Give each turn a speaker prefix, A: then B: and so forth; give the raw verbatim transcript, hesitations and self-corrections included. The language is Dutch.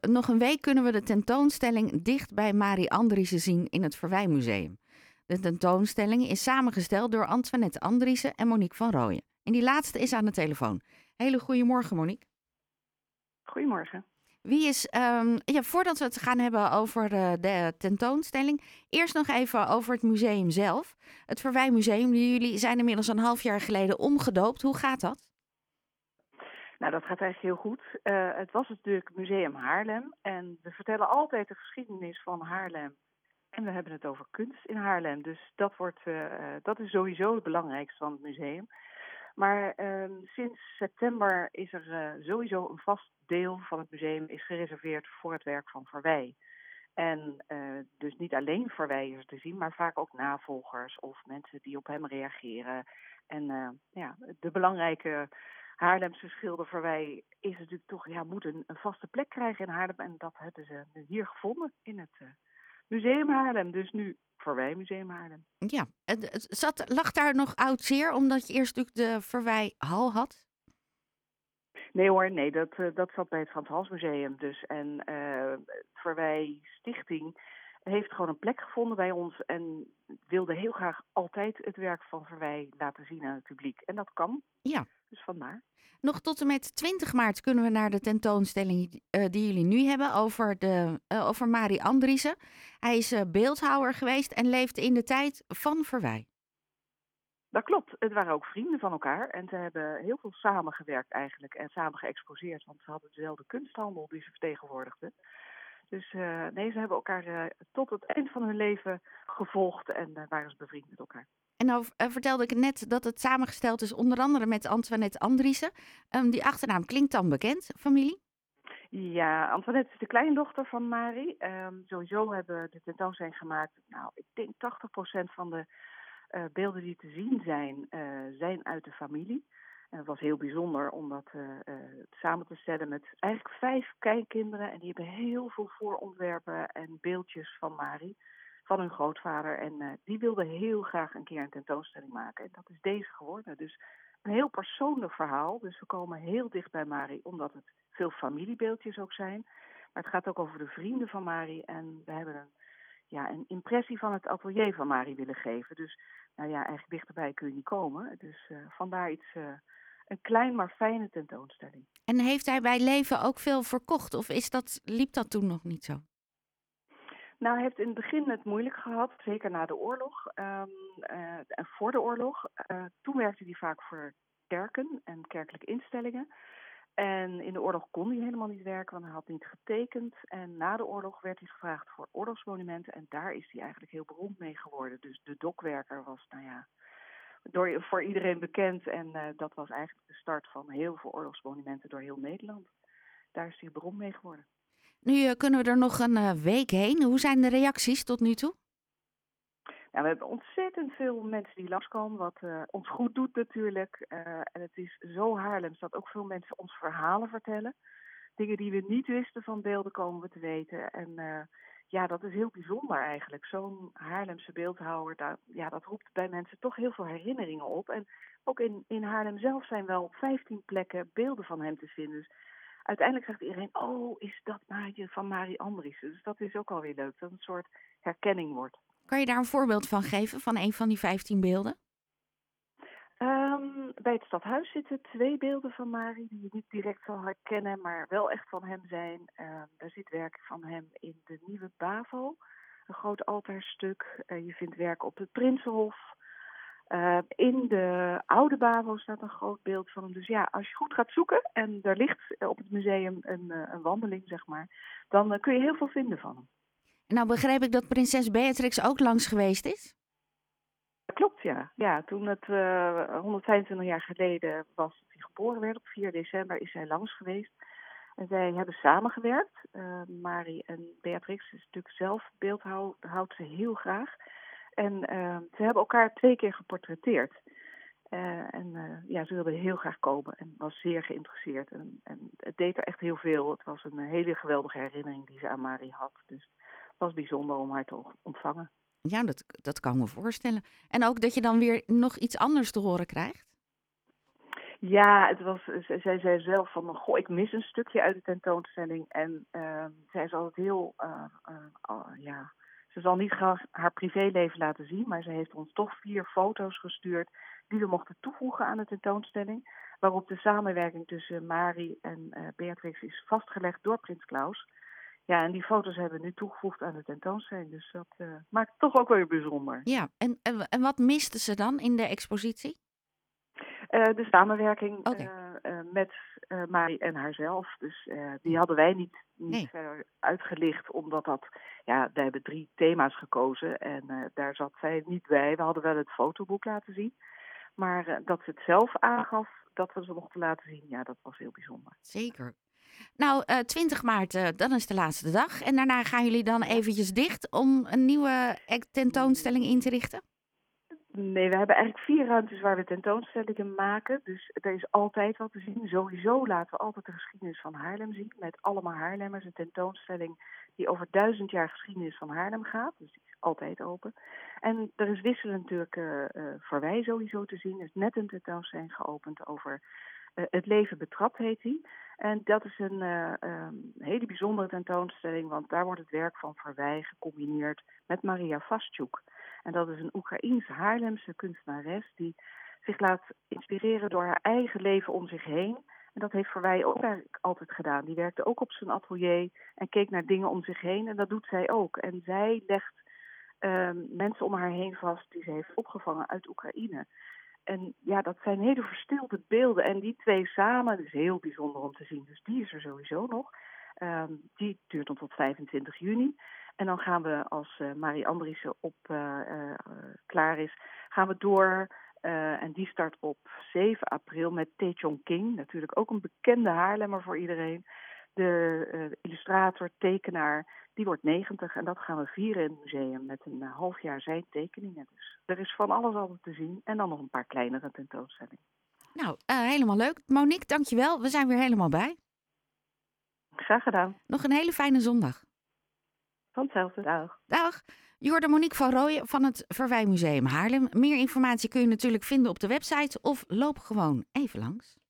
A: nog een week kunnen we de tentoonstelling Dicht bij Marie Andriessen zien in het Verwijmuseum. De tentoonstelling is samengesteld door Antoinette Andriessen en Monique van Rooyen. En die laatste is aan de telefoon. Hele goedemorgen, Monique.
B: Goedemorgen.
A: Wie is, um, ja, voordat we het gaan hebben over uh, de tentoonstelling, eerst nog even over het museum zelf. Het Verwijmuseum, jullie zijn inmiddels een half jaar geleden omgedoopt. Hoe gaat dat?
B: Nou, dat gaat eigenlijk heel goed. Uh, het was natuurlijk Museum Haarlem en we vertellen altijd de geschiedenis van Haarlem. En we hebben het over kunst in Haarlem, dus dat, wordt, uh, dat is sowieso het belangrijkste van het museum. Maar uh, sinds september is er uh, sowieso een vast deel van het museum is gereserveerd voor het werk van Verwij. En uh, dus niet alleen Verwij is er te zien, maar vaak ook navolgers of mensen die op hem reageren. En uh, ja, de belangrijke Haarlemse schilder Verwij is natuurlijk toch, ja, moet een, een vaste plek krijgen in Haarlem. En dat hebben ze hier gevonden in het uh, Museum Haarlem. Dus nu Verwij Museum Haarlem.
A: Ja, het, het zat, lag daar nog oud zeer, omdat je eerst natuurlijk de Verwijhal had?
B: Nee hoor, nee, dat, uh, dat zat bij het Frans Hals Museum. Dus, en uh, Verwij Stichting heeft gewoon een plek gevonden bij ons en wilde heel graag altijd het werk van Verwij laten zien aan het publiek. En dat kan.
A: Ja.
B: Dus vandaar.
A: Nog tot en met twintig maart kunnen we naar de tentoonstelling uh, die jullie nu hebben over, de, uh, over Marie Andriessen. Hij is uh, beeldhouwer geweest en leefde in de tijd van Verwij.
B: Dat klopt. Het waren ook vrienden van elkaar. En ze hebben heel veel samengewerkt eigenlijk. En samen geëxposeerd. Want ze hadden dezelfde kunsthandel die ze vertegenwoordigden. Dus uh, nee, ze hebben elkaar uh, tot het eind van hun leven gevolgd. En uh, waren ze bevriend met elkaar.
A: En nou uh, vertelde ik net dat het samengesteld is onder andere met Antoinette Andriessen. Um, die achternaam klinkt dan bekend, familie?
B: Ja, Antoinette is de kleindochter van Marie. Um, sowieso hebben we de tentoonstelling gemaakt. Nou, ik denk tachtig procent van de uh, beelden die te zien zijn, uh, zijn uit de familie. En het was heel bijzonder om dat uh, uh, samen te stellen met eigenlijk vijf kleinkinderen. En die hebben heel veel voorontwerpen en beeldjes van Marie, van hun grootvader. En uh, die wilden heel graag een keer een tentoonstelling maken. En dat is deze geworden. Dus een heel persoonlijk verhaal. Dus we komen heel dicht bij Marie, omdat het veel familiebeeldjes ook zijn. Maar het gaat ook over de vrienden van Marie. En we hebben een, ja, een impressie van het atelier van Marie willen geven. Dus nou ja, eigenlijk dichterbij kun je niet komen. Dus uh, vandaar iets, uh, een klein maar fijne tentoonstelling.
A: En heeft hij bij leven ook veel verkocht? Of is dat, liep dat toen nog niet zo?
B: Nou, hij heeft in het begin het moeilijk gehad, zeker na de oorlog um, uh, en voor de oorlog. Uh, toen werkte hij vaak voor kerken en kerkelijke instellingen. En in de oorlog kon hij helemaal niet werken, want hij had niet getekend. En na de oorlog werd hij gevraagd voor oorlogsmonumenten. En daar is hij eigenlijk heel beroemd mee geworden. Dus de dokwerker was, nou ja, door, voor iedereen bekend. En uh, dat was eigenlijk de start van heel veel oorlogsmonumenten door heel Nederland. Daar is hij beroemd mee geworden.
A: Nu uh, kunnen we er nog een uh, week heen. Hoe zijn de reacties tot nu toe?
B: Nou, we hebben ontzettend veel mensen die langskomen, wat uh, ons goed doet natuurlijk. Uh, en het is zo Haarlems dat ook veel mensen ons verhalen vertellen. Dingen die we niet wisten van beelden komen we te weten. En uh, ja, dat is heel bijzonder eigenlijk. Zo'n Haarlemse beeldhouwer, dat, ja, dat roept bij mensen toch heel veel herinneringen op. En ook in, in Haarlem zelf zijn wel op vijftien plekken beelden van hem te vinden. Dus uiteindelijk zegt iedereen, oh, is dat Maatje van Marie Andriessen? Dus dat is ook alweer leuk, dat het een soort herkenning wordt.
A: Kan je daar een voorbeeld van geven, van een van die vijftien beelden?
B: Um, bij het stadhuis zitten twee beelden van Marie die je niet direct zal herkennen, maar wel echt van hem zijn. Um, daar zit werk van hem in de Nieuwe Bavo, een groot altaarstuk. Uh, je vindt werk op het Prinsenhof. Uh, in de Oude Bavo staat een groot beeld van hem. Dus ja, als je goed gaat zoeken en er ligt op het museum een, uh, een wandeling, zeg maar, dan uh, kun je heel veel vinden van hem.
A: Nou begreep ik dat prinses Beatrix ook langs geweest is?
B: Klopt, ja. Ja, toen het uh, honderdvijfentwintig jaar geleden was dat hij geboren werd, op vier december, is zij langs geweest. En zij hebben samengewerkt. Uh, Marie en Beatrix is natuurlijk zelf beeldhoudt, houdt ze heel graag. En uh, ze hebben elkaar twee keer geportretteerd. Uh, en uh, ja, ze wilde heel graag komen en was zeer geïnteresseerd. En, en het deed er echt heel veel. Het was een hele geweldige herinnering die ze aan Marie had. Dus het was bijzonder om haar te ontvangen.
A: Ja, dat, dat kan ik me voorstellen. En ook dat je dan weer nog iets anders te horen krijgt?
B: Ja, het was, z- zij zei zelf van, goh, ik mis een stukje uit de tentoonstelling. En uh, zij is altijd heel, uh, uh, uh, ja, ze zal niet graag haar privéleven laten zien, maar ze heeft ons toch vier foto's gestuurd die we mochten toevoegen aan de tentoonstelling. Waarop de samenwerking tussen Mari en uh, Beatrix is vastgelegd door Prins Klaus. Ja, en die foto's hebben we nu toegevoegd aan de tentoonstelling. Dus dat uh, maakt het toch ook weer bijzonder.
A: Ja, en, en, en wat miste ze dan in de expositie?
B: Uh, de samenwerking
A: okay.
B: uh, uh, met uh, Mari en haarzelf. Dus uh, die hadden wij niet, niet
A: nee.
B: verder uitgelicht, omdat dat, ja, wij hebben drie thema's gekozen en uh, daar zat zij niet bij. We hadden wel het fotoboek laten zien, maar uh, dat ze het zelf aangaf dat we ze mochten laten zien, ja, dat was heel bijzonder.
A: Zeker. Nou, uh, twintig maart, uh, dan is de laatste dag. En daarna gaan jullie dan eventjes dicht om een nieuwe tentoonstelling in te richten?
B: Nee, we hebben eigenlijk vier ruimtes waar we tentoonstellingen maken. Dus er is altijd wat te zien. Sowieso laten we altijd de geschiedenis van Haarlem zien. Met allemaal Haarlemmers. Een tentoonstelling die over duizend jaar geschiedenis van Haarlem gaat. Dus die is altijd open. En er is wisselend natuurlijk uh, uh, Verwij sowieso te zien. Er is net een tentoonstelling geopend over uh, Het leven betrapt, heet die. En dat is een uh, um, hele bijzondere tentoonstelling. Want daar wordt het werk van Verwij gecombineerd met Maria Vastjoek. En dat is een Oekraïense Haarlemse kunstenares die zich laat inspireren door haar eigen leven om zich heen. En dat heeft Verwij ook eigenlijk altijd gedaan. Die werkte ook op zijn atelier en keek naar dingen om zich heen. En dat doet zij ook. En zij legt um, mensen om haar heen vast die ze heeft opgevangen uit Oekraïne. En ja, dat zijn hele verstilde beelden. En die twee samen, dat is heel bijzonder om te zien. Dus die is er sowieso nog. Um, die duurt nog tot vijfentwintig juni. En dan gaan we, als uh, Marie Andriessen op uh, uh, klaar is, gaan we door. Uh, en die start op zeven april met Tae Chong King. Natuurlijk ook een bekende Haarlemmer voor iedereen. De uh, illustrator, tekenaar, die wordt negentig. En dat gaan we vieren in het museum met een uh, half jaar zijn tekeningen. Dus er is van alles altijd te zien. En dan nog een paar kleinere tentoonstellingen.
A: Nou, uh, helemaal leuk. Monique, dankjewel. We zijn weer helemaal bij.
B: Graag gedaan.
A: Nog een hele fijne zondag.
B: Van hetzelfde. Dag.
A: Dag. Je hoorde Monique van Rooyen van het Verwijmuseum Haarlem. Meer informatie kun je natuurlijk vinden op de website of loop gewoon even langs.